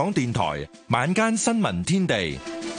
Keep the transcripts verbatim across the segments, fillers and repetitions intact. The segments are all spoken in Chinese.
港電台晚間新聞天地，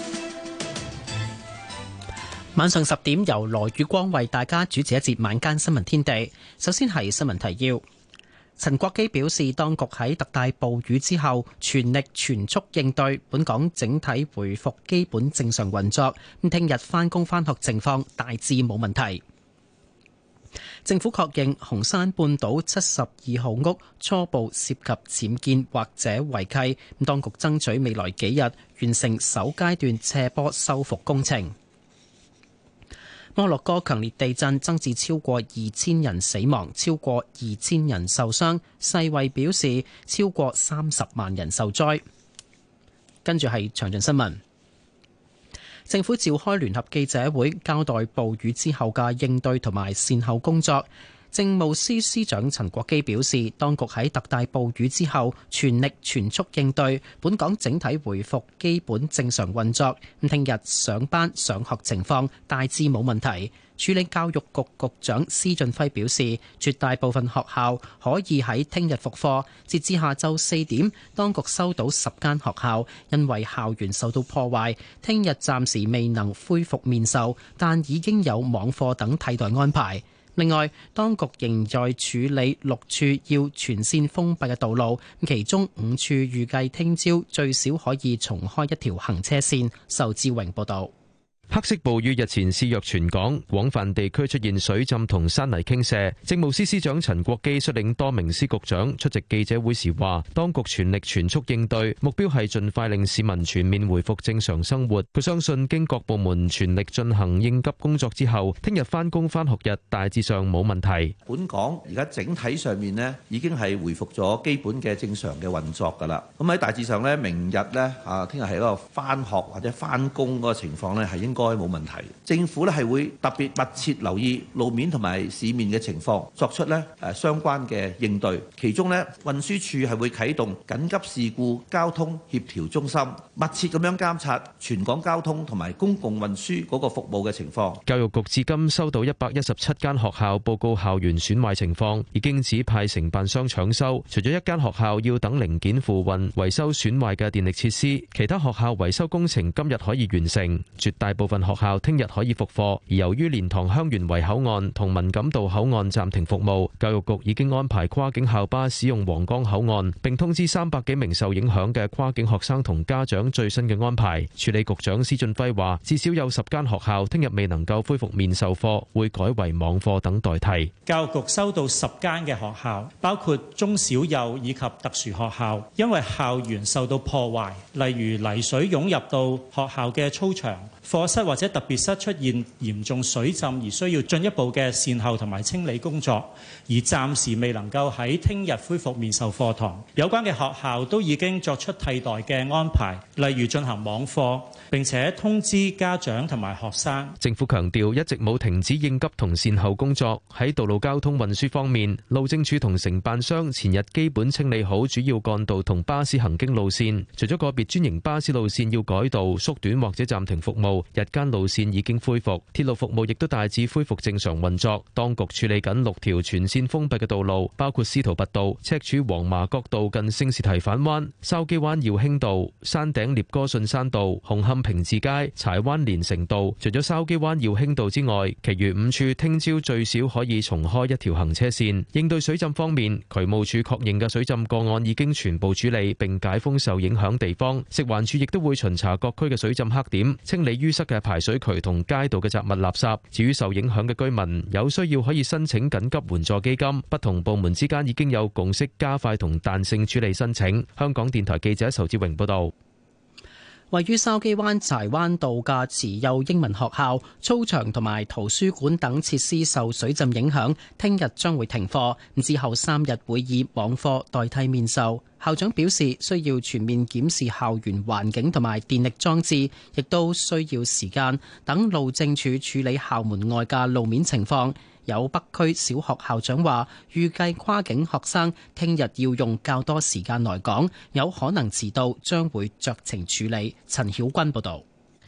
晚上十點由羅宇光為大家主持一節晚間新聞天地。首先係新聞提要。陳國基表示，當局喺特大暴雨之後全力全速應對，本港整體回復基本正常運作。咁聽日返工返學情況大致冇問題。政府確認紅山半島七十二號屋初步涉及僭建或者違契，咁當局爭取未來幾日完成首階段斜坡修復工程。摩洛哥強烈地震增至超過二千人死亡，超過二千人受傷。世衛表示超過三十萬人受災。跟住係詳盡新聞。政府召開聯合記者會，交代暴雨之後嘅應對同埋善後工作。政務司司長陳國基表示，當局喺特大暴雨之後全力全速應對，本港整體回復基本正常運作。咁聽日上班上學情況大致冇問題。處理教育局局長施俊輝表示，絕大部分學校可以喺聽日復課。截至下晝四點，當局收到十間學校因為校園受到破壞，聽日暫時未能恢復面授，但已經有網課等替代安排。另外，當局仍在處理六處要全線封閉嘅道路，其中五處預計聽朝最少可以重開一條行車線。仇志榮報導。 黑色暴雨日前肆虐全港，廣泛地區出現水浸同山泥傾瀉。政務司司長陳國基率領多名司局長出席記者會時話，當局全力全速應對，目標係盡快令市民全面回復正常生活。佢相信經各部門全力進行應急工作之後，聽日返工返學日大致上冇問題。 本港而家整體上面呢已經係回復咗基本嘅正常嘅運作㗎啦。咁喺大致上呢，明日呢啊，聽日係一個返學或者返工嗰個情況呢係應該冇問題。政府咧係會特別密切留意路面同埋市面嘅情況，作出咧誒相關嘅應對。其中咧運輸署係會啟動緊急事故交通協調中心，密切咁樣監察全港交通同埋公共運輸嗰個服務嘅情況。 教育局至今收到一百一十七間學校報告校園損壞情況，已經指派承辦商搶修。除咗一間學校要等零件付運維修損壞嘅電力設施，其他學校維修工程今日可以完成。絕大部分學校聽日可以復課，而由於蓮塘香園圍口岸同文錦渡口岸暫停服務，教育局已經安排跨境校巴使用皇崗口岸，並通知三百幾名受影響嘅跨境學生同家長最新嘅安排。署理局長施俊輝話，至少有十間學校聽日未能夠恢復面授課，會改為網課等代替。 教育局收到十間嘅學校，包括中小幼以及特殊學校，因為校園受到破壞，例如泥水湧入到學校嘅操場、課室或者特別室出現嚴重水浸而需要進一步嘅善後同埋清理工作，而暫時未能夠喺聽日恢復面授課堂。有關嘅學校都已經作出替代嘅安排，例如進行網課，並且通知家長同埋學生。 政府強調一直冇停止應急同善後工作。喺道路交通運輸方面，路政署同承辦商前日基本清理好主要幹道同巴士行經路線，除咗個別專營巴士路線要改道、縮短或者暫停服務，日間路線已經恢復，鐵路服務亦都大致恢復正常運作。當局處理緊六條全線封閉嘅道路，包括司徒拔道、赤柱黃麻角道近聖士提反灣、筲箕灣耀興道、山頂聶歌信山道、紅磡平治街、柴灣連城道。除咗筲箕灣耀興道之外，其餘五處聽朝最少可以重開一條行車線。應對水浸方面，渠務署確認嘅水浸個案已經全部處理並解封受影響地方。食環署亦都會巡查各區嘅水浸黑點，清理淤塞嘅排水渠同街道嘅雜物垃圾。至於受影響嘅居民，有需要可以申請緊急援助基金，不同部門之間已經有共識，加快同彈性處理申請。香港電台記者仇志榮報道。 位於筲箕灣柴灣道嘅慈幼英文學校操場同埋圖書館等設施受水浸影響，聽日將會停課，之後三日會以網課代替面授。校長表示需要全面檢視校園環境同埋電力裝置，亦都需要時間等路政署處理校門外嘅路面情況。有北區小學校長話，預計跨境學生聽日要用較多時間來港，有可能遲到，將會酌情處理。陳曉君報導。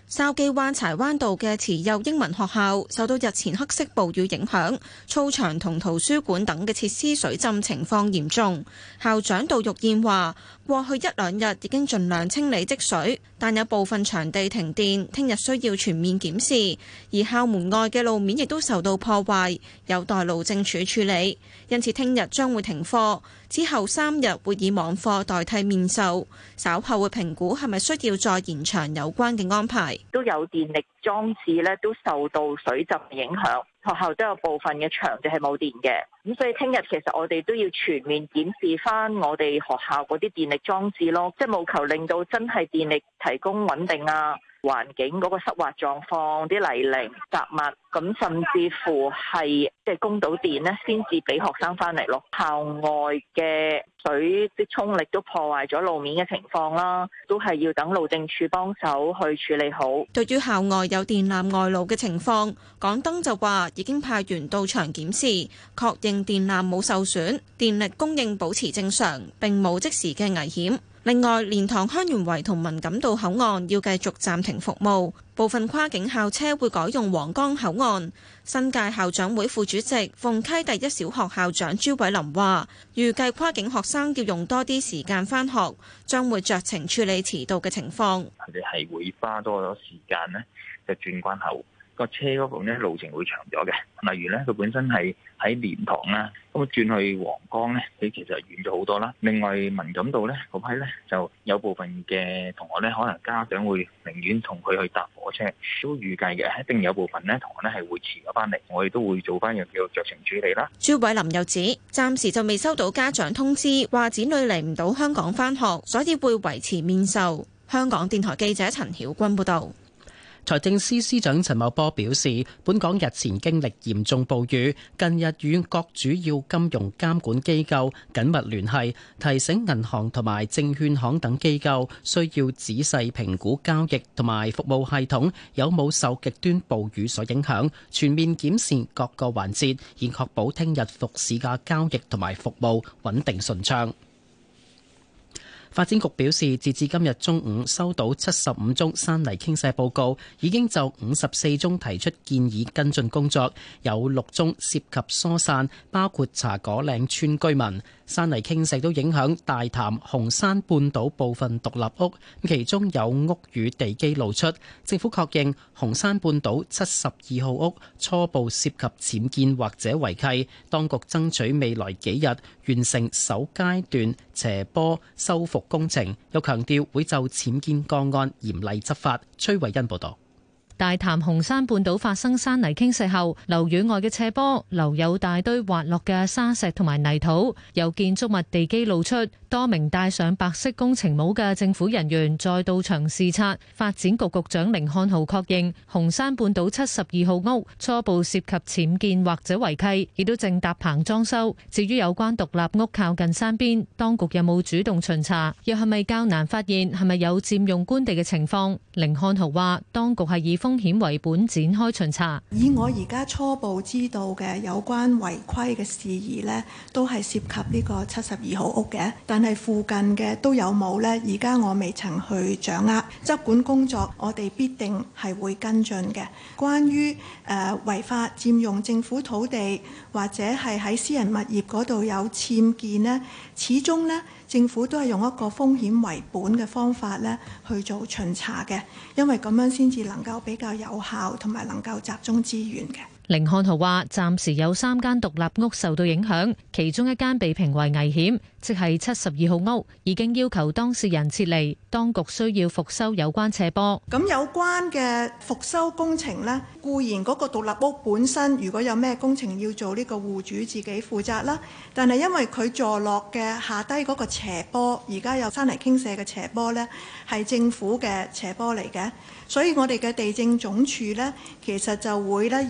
筲箕灣柴灣道嘅慈幼英文學校受到日前黑色暴雨影響，操場同圖書館等嘅設施水浸情況嚴重。校長杜玉燕話：過去一兩日已經盡量清理積水，但有部分場地停電，聽日需要全面檢視。而校門外嘅路面亦都受到破壞，有待路政署處理，因此聽日將會停課，之後三日會以網課代替面授，稍後會評估係咪需要再延長有關嘅安排。 都有電力裝置咧，都受到水浸影響，學校都有部分嘅場地係冇電嘅，咁所以聽日其實我哋都要全面檢視翻我哋學校嗰啲電力裝置咯，即係務求令到真係電力提供穩定啊，環境嗰個濕滑狀況、啲泥濘雜物，咁甚至乎係即係供到電呢，先至俾學生翻嚟咯。校外嘅水啲沖力都破壞咗路面嘅情況啦，都係要等路政署幫手去處理好。 對於校外有電纜外露嘅情況，港燈就話已經派員到場檢視，確認電纜冇受損，電力供應保持正常，並冇即時嘅危險。另外，蓮塘香園圍同文錦渡口岸要繼續暫停服務，部分跨境校車會改用皇崗口岸。新界校長會副主席鳳溪第一小學校長朱偉林話，預計跨境學生要用多啲時間返學，將會酌情處理遲到嘅情況。 佢哋係會花多咗時間呢，就轉關口。個車嗰部呢路程會長咗嘅，例如呢，佢本身係喺蓮塘啦，咁轉去皇崗呢，佢其實遠咗好多啦。另外文錦渡呢嗰批呢，就有部分嘅同學呢，可能家長會寧願同佢去搭火車，都預計嘅一定有部分呢同學呢係會遲咗翻嚟，我哋都會做翻樣叫做酌情處理啦。 朱偉林又指，暫時就未收到家長通知話子女嚟唔到香港返學，所以會維持面授。香港電台記者陳曉君報導。 財政司司長陳茂波表示，本港日前經歷嚴重暴雨，近日與各主要金融監管機構緊密聯繫，提醒銀行同埋證券行等機構需要仔細評估交易同埋服務系統有冇受極端暴雨所影響，全面檢視各個環節，以確保聽日復市嘅交易同埋服務穩定順暢。發展局表示，截至今日中午收到七十五宗山泥傾瀉報告，已經就五十四宗提出建議跟進工作，有六宗涉及疏散，包括茶果嶺村居民。山泥傾瀉都影響大潭紅山半島部分獨立屋，其中有屋宇地基露出。政府確認紅山半島七十二號屋初步涉及僭建或者違契，當局爭取未來幾日完成首階段斜坡修復工程，又強調會就僭建個案嚴厲執法。崔慧欣報道。 大潭紅山半島發生山泥傾瀉後，樓宇外嘅斜坡留有大堆滑落嘅沙石同埋泥土，有建築物地基露出。多名戴上白色工程帽嘅政府人員再到場視察。發展局局長甯漢豪確認紅山半島七十二號屋初步涉及僭建或者違契，亦都正搭棚裝修。至於有關獨立屋靠近山邊，當局有冇主動巡查，又係咪較難發現係咪有佔用官地嘅情況？甯漢豪話當局係以風險為本展開巡查。 以我而家初步知道嘅有關違規嘅事宜呢，都係涉及呢個七十二號屋嘅，但係附近嘅都有冇呢？而家我未曾去掌握。執管工作我哋必定係會跟進嘅。關於誒、呃、違法佔用政府土地或者係喺私人物業嗰度有僭建呢，始終呢政府都係用一個風險為本嘅方法呢去做巡查嘅，因為咁樣先至能夠比較有效同埋能夠集中資源嘅。 甯漢豪話：暫時有三間獨立屋受到影響，其中一間被評為危險，即係七十二號屋，已經要求當事人撤離。當局需要復修有關斜坡。 咁有關嘅復修工程呢，固然嗰個獨立屋本身如果有咩工程要做，呢個戶主自己負責啦。但係因為佢坐落嘅下低嗰個斜坡，而家有山泥傾瀉嘅斜坡呢，係政府嘅斜坡嚟嘅，所以我哋嘅地政總署呢，其實就會呢，而家已經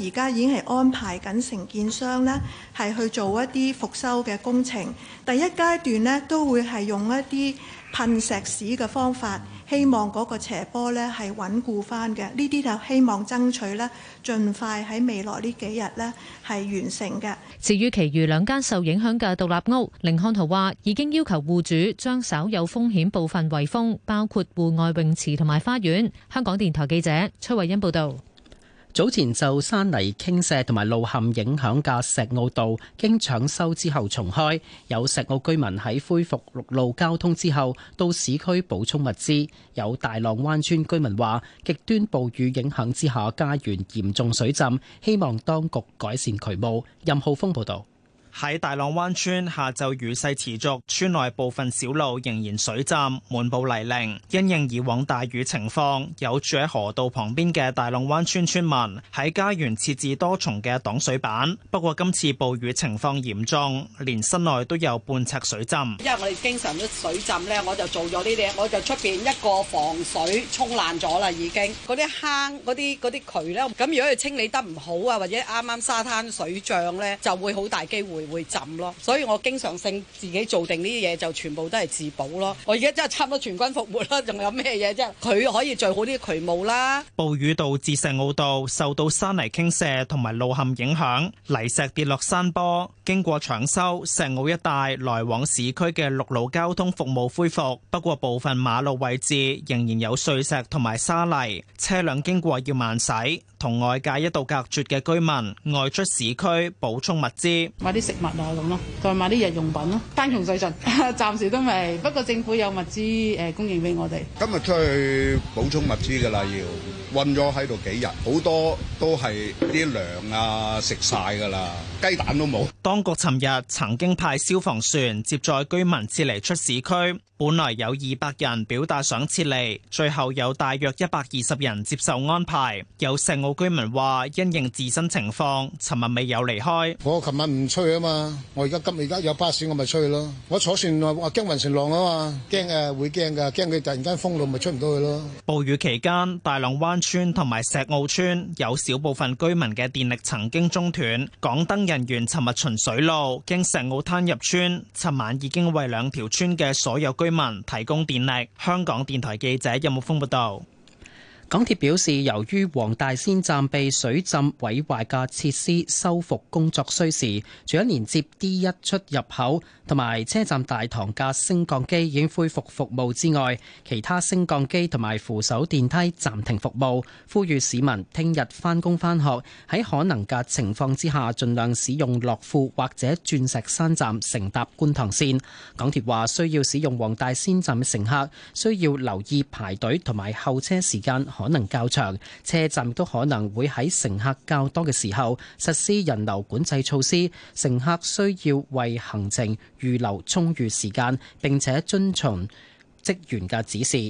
經係安排緊承建商呢係去做一啲復修嘅工程。第一階段呢都會係用一啲噴石屎嘅方法，希望嗰個斜坡呢係穩固翻嘅。呢啲就希望爭取呢盡快喺未來呢幾日呢係完成嘅。 至於其餘兩間受影響嘅獨立屋，甯漢豪話已經要求戶主將稍有風險部分圍封，包括戶外泳池同埋花園。香港電台記者崔慧欣報道。 早前就山泥傾瀉同埋路陷影響嘅石澳道經搶修之後重開，有石澳居民喺恢復陸路交通之後到市區補充物資。有大浪灣村居民話，極端暴雨影響之下家園嚴重水浸，希望當局改善渠務。任浩峰報導。 喺大浪灣村，下晝雨勢持續，村內部分小路仍然水浸，滿布泥濘。因應以往大雨情況，有住喺河道旁邊嘅大浪灣村村民喺家園設置多重嘅擋水板。不過今次暴雨情況嚴重，連室內都有半尺水浸。 因為我哋經常都水浸咧，我就做咗呢啲，我就出邊一個防水沖爛咗啦，已經嗰啲坑、嗰啲嗰啲渠咧，咁如果佢清理得唔好啊，或者啱啱沙灘水漲咧，就會好大機會會浸咯，所以我經常性自己做定呢啲嘢，就全部都係自保咯。我而家真係差唔多全軍覆沒啦，仲有咩嘢啫？佢可以做好啲渠務啦。 暴雨導致石澳道受到山泥傾瀉同埋路陷影響，泥石跌落山坡。經過搶修，石澳一帶來往市區嘅陸路交通服務恢復，不過部分馬路位置仍然有碎石同埋沙泥，車輛經過要慢駛。同外界一度隔絕嘅居民外出市區補充物資， 買啲食物啊咁咯，再買啲日用品咯。山窮水盡，暫時都未。不過政府有物資誒供應俾我哋。 今日出去補充物資㗎啦，要韞咗喺度幾日，好多都係啲糧啊食晒㗎啦，雞蛋都冇。 當局尋日曾經派消防船接載居民撤離出市區。本來有二百人表達想撤離，最後有大約一百二十人接受安排。有石澳居民話，因應自身情況，尋日未有離開。 我琴晚唔出去啊嘛，我而家今而家有巴士，我咪出去咯。我坐船我驚暈船浪啊嘛，驚誒會驚㗎，驚佢突然間封路，咪出唔到去咯。 暴雨期間，大浪灣村同埋石澳村有少部分居民嘅電力曾經中斷。港燈人員尋日巡水路，經石澳灘入村，尋晚已經為兩條村嘅所有居居民提供電力。香港電台記者任木峰報道。 港鐵表示，由於黃大仙站被水浸毀壞嘅設施修復工作需時，除咗連接 D 一 出入口同埋車站大堂嘅升降機已經恢復服務之外，其他升降機同埋扶手電梯暫停服務。呼籲市民聽日返工返學喺可能嘅情況之下，盡量使用樂富或者鑽石山站乘搭觀塘線。港鐵話，需要使用黃大仙站嘅乘客需要留意排隊同埋候車時間可能較長，車站亦都可能會喺乘客較多嘅時候實施人流管制措施，乘客需要為行程預留充裕時間，並且遵從職員嘅指示。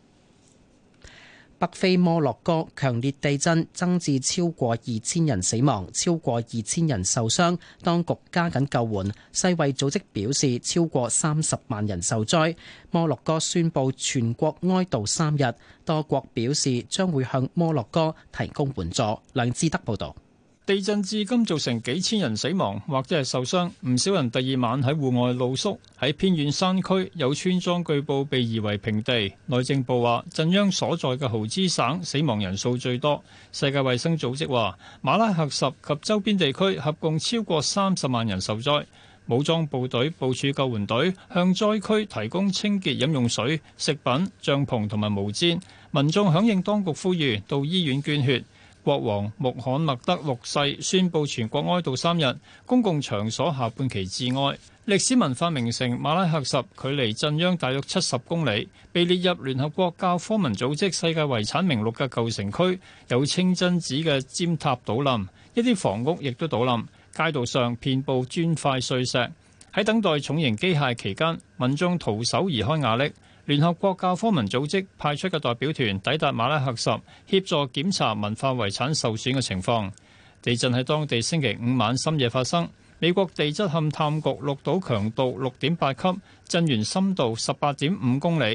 北非摩洛哥強烈地震，增至超過二千人死亡，超過二千人受傷，當局加緊救援。世衛組織表示，超過三十萬人受災。摩洛哥宣布全國哀悼三日，多國表示將會向摩洛哥提供援助。梁志德報道。 地震至今造成幾千人死亡或者係受傷，唔少人第二晚喺戶外露宿。喺偏遠山區有村莊據報被夷為平地。內政部話，震央所在嘅豪茲省死亡人數最多。世界衛生組織話，馬拉喀什及周邊地區合共超過三十萬人受災。武裝部隊部署救援隊，向災區提供清潔飲用水、食品、帳篷同埋毛氈。民眾響應當局呼籲，到醫院捐血。國王穆罕默德六世宣布全國哀悼三日，公共場所下半旗致哀。歷史文化名城馬拉喀什距離震央大約七十公里，被列入聯合國教科文組織世界遺產名錄嘅舊城區，有清真寺嘅尖塔倒冧，一啲房屋亦都倒冧，街道上遍佈磚塊碎石。喺等待重型機械期間，民眾徒手移開瓦礫。聯合國教科文組織派出嘅代表團抵達馬拉喀什，協助檢查文化遺產受損嘅情況。地震喺當地星期五晚深夜發生。美國地質勘探局錄到強度六點八級，震源深度十八點五公里。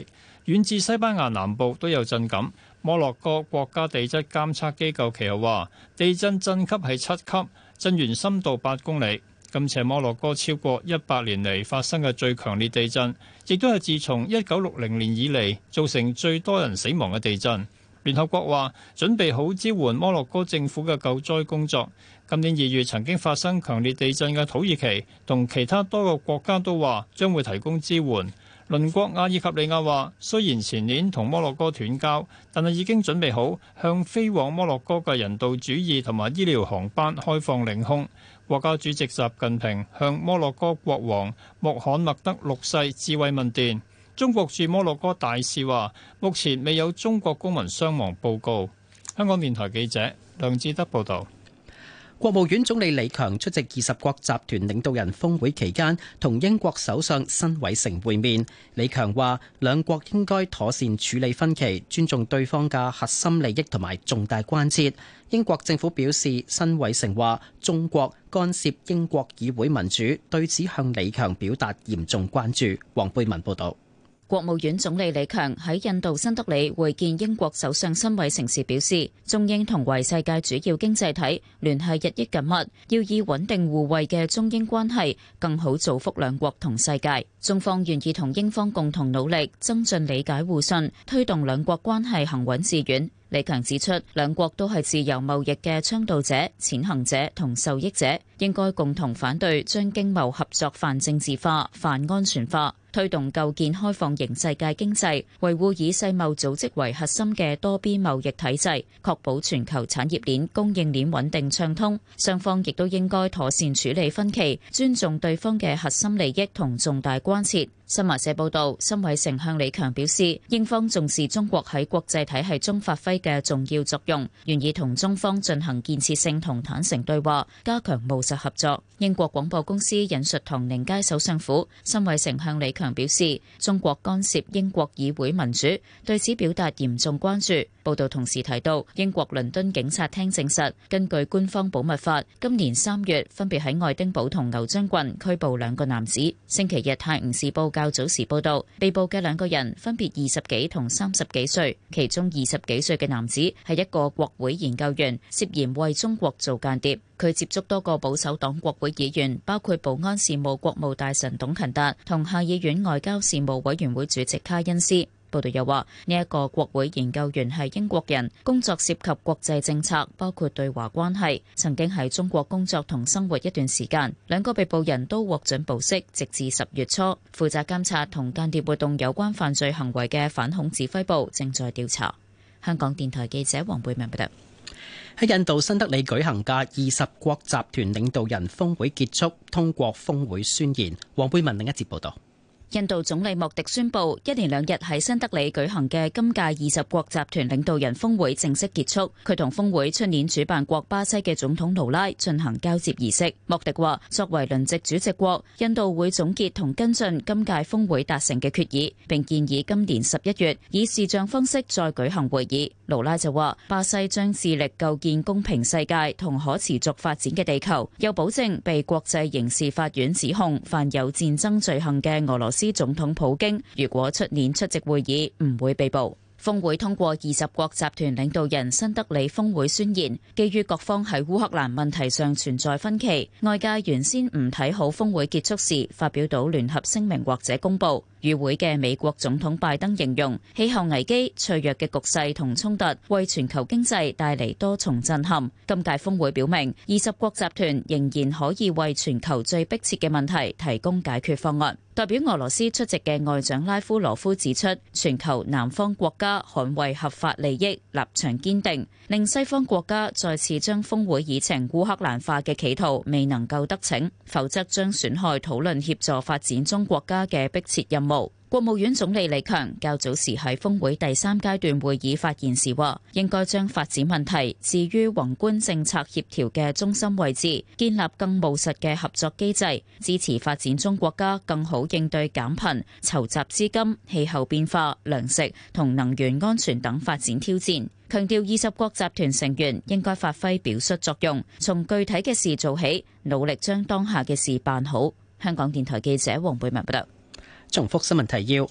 遠至西班牙南部都有震感。摩洛哥國家地質監測機構其後話，地震震級係七級，震源深度八公里。今次係摩洛哥超過一百年嚟發生嘅最強烈地震，亦都係自從一九六零年以嚟造成最多人死亡嘅地震。聯合國話準備好支援摩洛哥政府嘅救災工作。今年二月曾經發生強烈地震嘅土耳其同其他多個國家都話將會提供支援。鄰國阿爾及利亞話，雖然前年同摩洛哥斷交，但係已經準備好向飛往摩洛哥嘅人道主義同埋醫療航班開放領空。國家主席習近平向摩洛哥國王穆罕默德六世致慰問電。中國駐摩洛哥大使話，目前未有中國公民傷亡報告。香港電台記者梁志德報道。 國務院總理李強出席二十國集團領導人峰會期間，同英國首相辛偉誠會面。李強話，兩國應該妥善處理分歧，尊重對方嘅核心利益同埋重大關切。英國政府表示，辛偉誠話中國干涉英國議會民主，對此向李強表達嚴重關注。黃貝文報道。 國務院總理李強喺印度新德里會見英國首相辛偉誠時表示，中英同為世界主要經濟體，聯繫日益緊密，要以穩定互惠嘅中英關係更好造福兩國同世界。中方願意同英方共同努力，增進理解互信，推動兩國關係行穩致遠。李強指出，兩國都係自由貿易嘅倡導者、踐行者同受益者，應該共同反對將經貿合作泛政治化、泛安全化，推動構建開放型世界經濟，維護以世貿組織為核心嘅多邊貿易體制，確保全球產業鏈、供應鏈穩定暢通。雙方亦都應該妥善處理分歧，尊重對方嘅核心利益同重大關切。新華社報道，辛偉誠向李強表示，英方重視中國喺國際體系中發揮嘅重要作用，願意同中方進行建設性同坦誠對話，加強務實合作。英國廣播公司引述唐寧街首相府，辛偉誠向李強表示，中國干涉英國議會民主，對此表達嚴重關注。報道同時提到，英國倫敦警察廳證實，根據官方保密法，今年三月分別喺愛丁堡同牛津郡拘捕兩個男子。星期日《泰晤士報》較早時報道，被捕嘅兩個人分別二十幾同三十幾歲，其中二十幾歲嘅男子係一個國會研究員，涉嫌為中國做間諜。佢接觸多個保守黨國會議員，包括保安事務國務大臣董勤達同下議院外交事務委員會主席卡恩斯。報道又話，呢一個國會研究員係英國人，工作涉及國際政策，包括對華關係，曾經喺中國工作同生活一段時間。兩個被捕人都獲准保釋，直至十月初。負責監察同間諜活動有關犯罪行為嘅反恐指揮部正在調查。香港電台記者黃貝文報道。 喺印度新德里舉行嘅二十國集團領導人峰會結束，通過峰會宣言。黃貝文另一節報道。 印度總理莫迪宣布，一連兩日喺新德里舉行嘅今屆二十國集團領導人峰會正式結束。佢同峰會出年主辦國巴西嘅總統盧拉進行交接儀式。莫迪話，作為輪值主席國，印度會總結同跟進今屆峰會達成嘅決議，並建議今年十一月以視像方式再舉行會議。盧拉就話，巴西將致力構建公平世界同可持續發展嘅地球，又保證被國際刑事法院指控犯有戰爭罪行嘅俄羅斯總統普京，如果出年出席會議，唔會被捕。峰會通過二十國集團領導人新德里峰會宣言，基於各方喺烏克蘭問題上存在分歧，外界原先唔睇好峰會結束時發表到聯合聲明或者公佈。與會嘅美國總統拜登形容氣候危機、脆弱嘅局勢同衝突為全球經濟帶嚟多重震撼。今屆峰會表明，二十國集團仍然可以為全球最迫切嘅問題提供解決方案。代表俄羅斯出席嘅外長拉夫羅夫指出，全球南方國家捍衛合法利益，立場堅定，令西方國家再次將峰會議程烏克蘭化嘅企圖未能夠得逞，否則將損害討論協助發展中國家嘅迫切任務。國務院總理李強較早時喺峰會第三階段會議發言時話，應該將發展問題置於宏觀政策協調嘅中心位置，建立更務實嘅合作機制，支持發展中國家更好應對減貧、籌集資金、氣候變化、糧食同能源安全等發展挑戰。強調二十國集團成員應該發揮表率作用，從具體嘅事做起，努力將當下嘅事辦好。香港電台記者黃貝文報道。 重複新聞提要：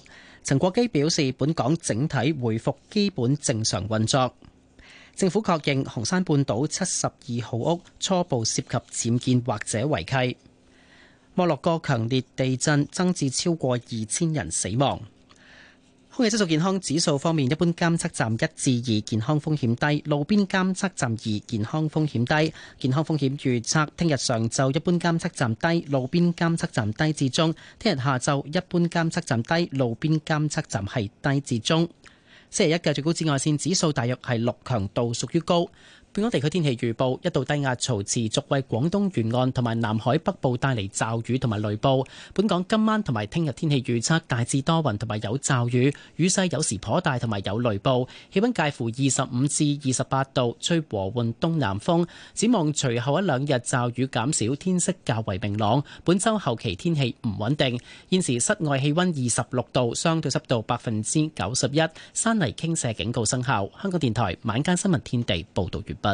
陳國基表示，本港整體回復基本正常運作。政府確認紅山半島七十二號屋初步涉及僭建或者違契。摩洛哥強烈地震增至超過二千人死亡。空氣質素健康指數方面，一般監測站一至二，健康風險低；路邊監測站二，健康風險低。健康風險預測：聽日上晝一般監測站低，路邊監測站低至中；聽日下晝一般監測站低，路邊監測站係低至中。星期一嘅最高紫外線指數大約係六，強度屬於高。本港地區天氣預報，一道低壓槽持續為廣東沿岸同埋南海北部帶嚟驟雨同埋雷暴。本港今晚同埋聽日天氣預測大致多雲同埋有驟雨，雨勢有時頗大同埋有雷暴。氣溫介乎二十五至二十八度，吹和緩東南風。展望隨後一兩日驟雨減少，天色較為明朗。本週後期天氣唔穩定。現時室外氣溫二十六度，相對濕度百分之九十一，山泥傾瀉警告生效。香港電台晚間新聞天地報道完畢。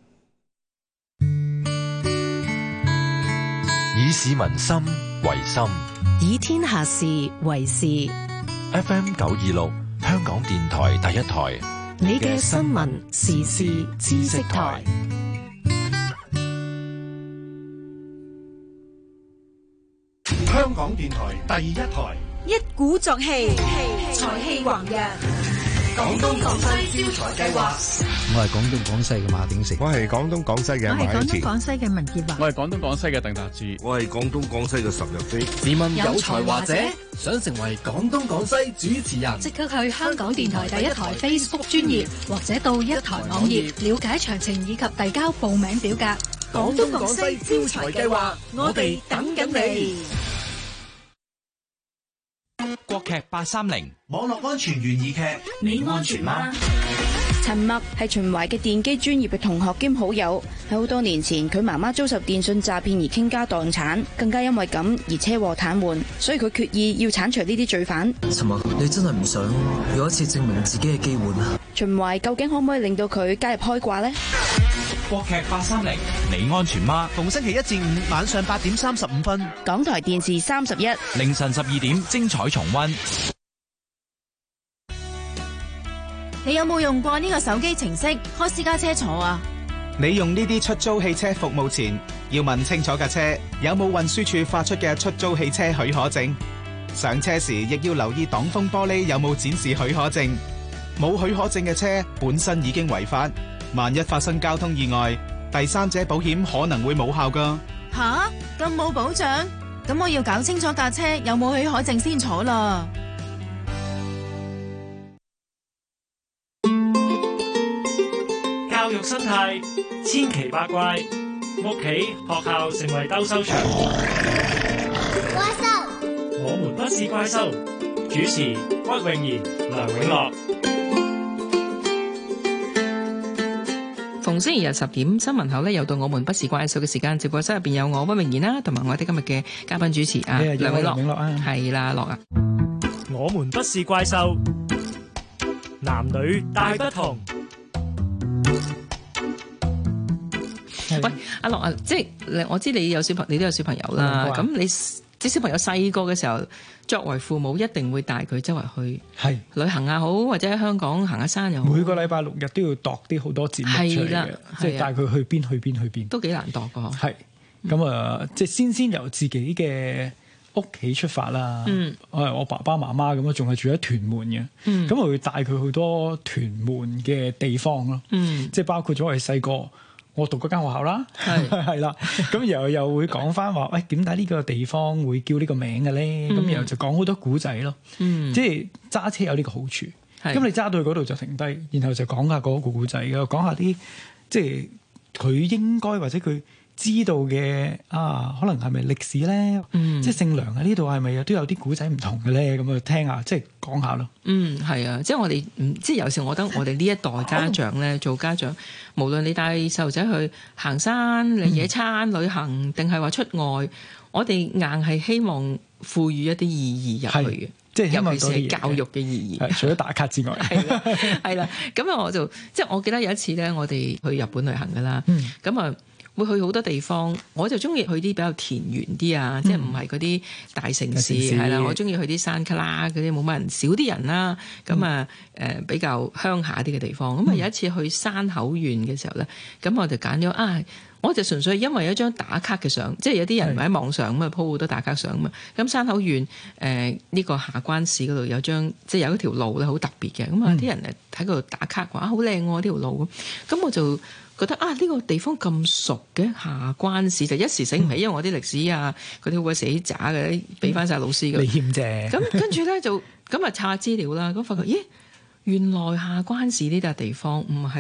以市民心為心， 以天下事為事。 F M 九二六，香港電台第一台， 你嘅新聞時事知識台。 香港電台第一台， 一鼓作氣，財氣橫溢。廣東廣西招財計劃， 我係廣東廣西嘅馬鼎盛， 我係廣東廣西嘅馬興前， 我係廣東廣西嘅文潔華， 我係廣東廣西嘅鄧達志， 我係廣東廣西嘅岑日飛。 自問有才華者，想成為廣東廣西主持人， 即刻去香港電台第一台 Facebook 專頁或者到一台網頁了解詳情以及遞交報名表格。 廣東廣西招財計劃，我哋等緊你。 國劇八三零網絡安全懸疑劇， 你安全嗎？ 陳默係秦淮嘅電機專業嘅同學兼好友，喺好多年前佢媽媽遭受電信詐騙而傾家蕩產，更加因為咁而車禍癱瘓，所以佢決意要剷除呢啲罪犯。 陳默，你真係唔想有一次證明自己嘅機會嗎？ 秦淮究竟可唔可以令到佢加入開掛呢？ 國劇八三零，你安全嗎？ 逢星期一至五晚上八點三十五分， 港台電視三十一， 凌晨十二點精彩重溫。 你有冇用過呢個手機程式開私家車坐啊？ 你用呢啲出租汽車服務前，要問清楚架車有冇運輸署發出嘅出租汽車許可證。上車時亦要留意擋風玻璃有冇展示許可證。冇許可證嘅車本身已經違法。萬一發生交通意外，第三者保險可能會冇效㗎。 吓，咁冇保障？咁我要搞清楚架車有冇許可證先坐啦。 教育生態千奇百怪，屋企學校成為鬥獸場。 怪獸， 我們不是怪獸。主持屈穎妍、梁永樂。 逢星期日十點新聞後呢，又到我們不是怪獸嘅時間。直播室入邊有我屈穎妍啦，同埋我哋今日嘅嘉賓主持啊，梁永樂，係啦，樂啊。 我們不是怪獸，男女大不同。 喂，阿樂啊，即係我知你有小朋友，你都有小朋友啦。咁、嗯、你即係小朋友細個嘅時候，作為父母一定會帶佢周圍去係旅行啊，好或者喺香港行下山又好。 每個禮拜六日都要度啲好多節目出嚟嘅，即係帶佢去邊去邊去邊， 都幾難度噶。 係咁啊，即係先先由自己嘅屋企出發啦。嗯，我係我爸爸媽媽咁啊，仲係住喺屯門嘅。嗯，咁我會帶佢好多屯門嘅地方咯。嗯，即係包括咗我哋細個。我讀嗰間學校啦，係係啦，咁然後又會講翻話，喂，點解呢個地方會叫呢個名嘅咧？咁、嗯、然後就講好多古仔咯，嗯、即係揸車有呢個好處。咁你揸到去嗰度就停低，然後就講下嗰個古仔嘅，講下啲即係佢應該或者佢知道嘅啊，可能係咪歷史咧？嗯、即係姓梁喺呢度係咪都有啲古仔唔同嘅咧？咁啊聽下，即係講下咯。 嗯，係啊，即係我哋唔即係有時我覺得我哋呢一代家長咧，做家長，無論你帶細路仔去行山、嚟野餐、嗯、旅行，定係話出外，我哋硬係希望賦予一啲意義入去嘅。 即係尤其是係教育嘅意義， 除咗打卡之外， 係啦，係啦。咁啊，我就即係我記得有一次咧，我哋去日本旅行噶啦。咁啊、嗯， 會去好多地方。我就中意去啲比較田園啲啊，嗯、即係唔係嗰啲大城市係啦。我中意去啲山卡拉嗰啲冇乜人，少啲人啦。咁啊誒比較鄉下啲嘅地方。咁啊、嗯、有一次去山口縣嘅時候咧，咁我就揀咗啊。我就純粹因為有一張打卡嘅相，即係有啲人喺網上咁啊 po 好多打卡相嘛。咁山口縣誒呢個下關市嗰度有張，即係有一條路咧好特別嘅。咁啊啲人誒喺嗰度打卡話好靚喎呢條路咁，咁我就覺得啊呢、呢個地方咁熟嘅下關市，就一時醒唔起，嗯、因為我啲歷史啊嗰啲好鬼死渣嘅，俾翻晒老師嘅。 你欠謝。 咁跟住咧就咁啊查資料啦，咁發覺咦原來下關市呢笪地方唔係